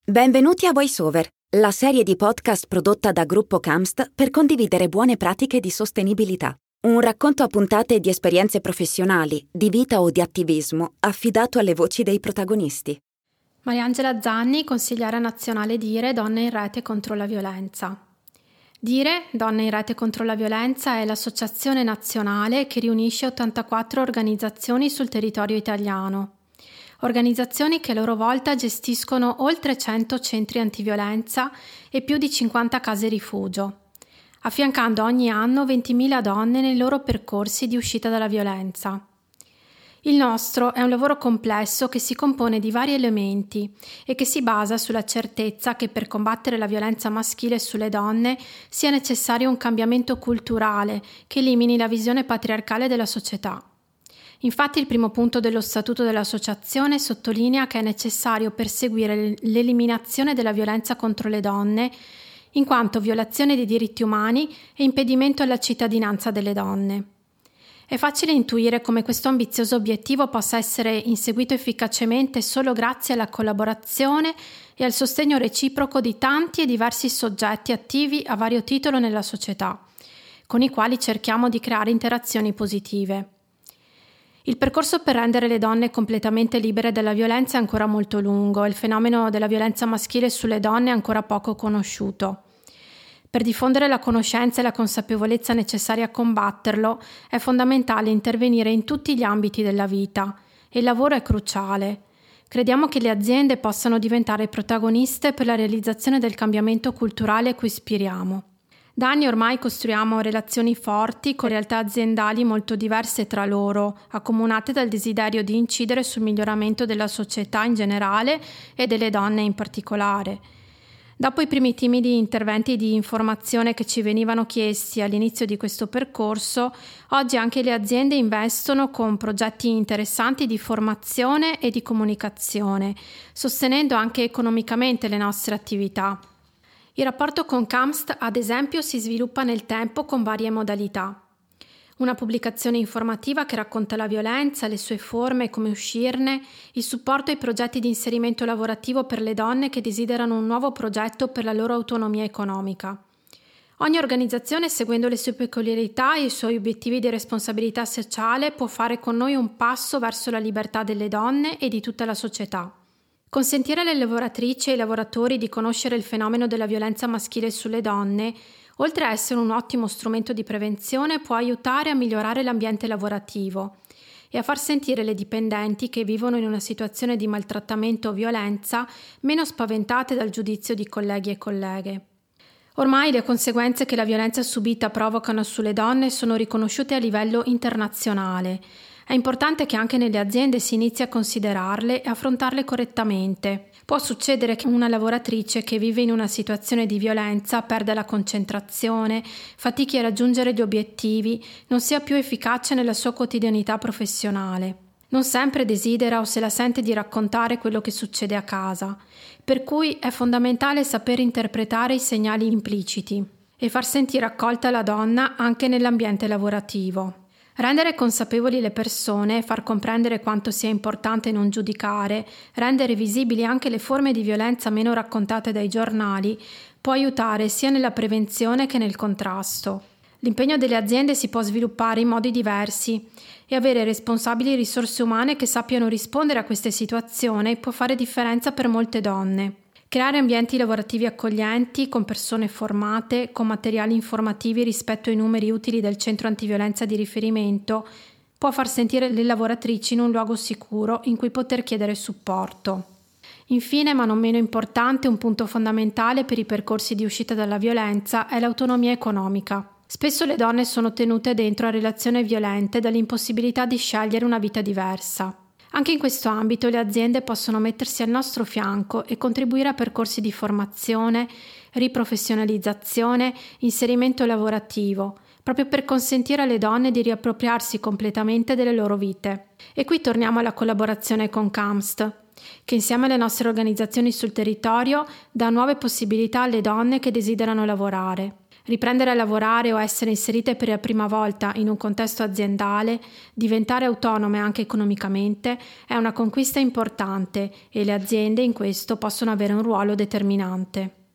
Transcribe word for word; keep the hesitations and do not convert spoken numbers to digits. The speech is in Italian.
Benvenuti a VoiceOver, la serie di podcast prodotta da Gruppo Kamst per condividere buone pratiche di sostenibilità. Un racconto a puntate di esperienze professionali, di vita o di attivismo, affidato alle voci dei protagonisti. Mariangela Zanni, consigliera nazionale Dire Donne in Rete contro la Violenza. Dire Donne in Rete contro la Violenza è l'associazione nazionale che riunisce ottantaquattro organizzazioni sul territorio italiano. Organizzazioni che a loro volta gestiscono oltre cento centri antiviolenza e più di cinquanta case rifugio, affiancando ogni anno ventimila donne nei loro percorsi di uscita dalla violenza. Il nostro è un lavoro complesso che si compone di vari elementi e che si basa sulla certezza che per combattere la violenza maschile sulle donne sia necessario un cambiamento culturale che elimini la visione patriarcale della società. Infatti il primo punto dello Statuto dell'Associazione sottolinea che è necessario perseguire l'eliminazione della violenza contro le donne, in quanto violazione dei diritti umani e impedimento alla cittadinanza delle donne. È facile intuire come questo ambizioso obiettivo possa essere inseguito efficacemente solo grazie alla collaborazione e al sostegno reciproco di tanti e diversi soggetti attivi a vario titolo nella società, con i quali cerchiamo di creare interazioni positive. Il percorso per rendere le donne completamente libere dalla violenza è ancora molto lungo e il fenomeno della violenza maschile sulle donne è ancora poco conosciuto. Per diffondere la conoscenza e la consapevolezza necessaria a combatterlo è fondamentale intervenire in tutti gli ambiti della vita e il lavoro è cruciale. Crediamo che le aziende possano diventare protagoniste per la realizzazione del cambiamento culturale a cui ispiriamo. Da anni ormai costruiamo relazioni forti con realtà aziendali molto diverse tra loro, accomunate dal desiderio di incidere sul miglioramento della società in generale e delle donne in particolare. Dopo i primi timidi interventi di informazione che ci venivano chiesti all'inizio di questo percorso, oggi anche le aziende investono con progetti interessanti di formazione e di comunicazione, sostenendo anche economicamente le nostre attività. Il rapporto con Kamst, ad esempio, si sviluppa nel tempo con varie modalità. Una pubblicazione informativa che racconta la violenza, le sue forme e come uscirne, il supporto ai progetti di inserimento lavorativo per le donne che desiderano un nuovo progetto per la loro autonomia economica. Ogni organizzazione, seguendo le sue peculiarità e i suoi obiettivi di responsabilità sociale, può fare con noi un passo verso la libertà delle donne e di tutta la società. Consentire alle lavoratrici e ai lavoratori di conoscere il fenomeno della violenza maschile sulle donne, oltre a essere un ottimo strumento di prevenzione, può aiutare a migliorare l'ambiente lavorativo e a far sentire le dipendenti che vivono in una situazione di maltrattamento o violenza meno spaventate dal giudizio di colleghi e colleghe. Ormai le conseguenze che la violenza subita provocano sulle donne sono riconosciute a livello internazionale. È importante che anche nelle aziende si inizi a considerarle e affrontarle correttamente. Può succedere che una lavoratrice che vive in una situazione di violenza perda la concentrazione, fatichi a raggiungere gli obiettivi, non sia più efficace nella sua quotidianità professionale. Non sempre desidera o se la sente di raccontare quello che succede a casa, per cui è fondamentale saper interpretare i segnali impliciti e far sentire accolta la donna anche nell'ambiente lavorativo. Rendere consapevoli le persone, far comprendere quanto sia importante non giudicare, rendere visibili anche le forme di violenza meno raccontate dai giornali, può aiutare sia nella prevenzione che nel contrasto. L'impegno delle aziende si può sviluppare in modi diversi e avere responsabili risorse umane che sappiano rispondere a queste situazioni può fare differenza per molte donne. Creare ambienti lavorativi accoglienti, con persone formate, con materiali informativi rispetto ai numeri utili del centro antiviolenza di riferimento, può far sentire le lavoratrici in un luogo sicuro in cui poter chiedere supporto. Infine, ma non meno importante, un punto fondamentale per i percorsi di uscita dalla violenza è l'autonomia economica. Spesso le donne sono tenute dentro a relazioni violente dall'impossibilità di scegliere una vita diversa. Anche in questo ambito le aziende possono mettersi al nostro fianco e contribuire a percorsi di formazione, riprofessionalizzazione, inserimento lavorativo, proprio per consentire alle donne di riappropriarsi completamente delle loro vite. E qui torniamo alla collaborazione con Kamst, che insieme alle nostre organizzazioni sul territorio dà nuove possibilità alle donne che desiderano lavorare. Riprendere a lavorare o essere inserite per la prima volta in un contesto aziendale, diventare autonome anche economicamente, è una conquista importante e le aziende in questo possono avere un ruolo determinante.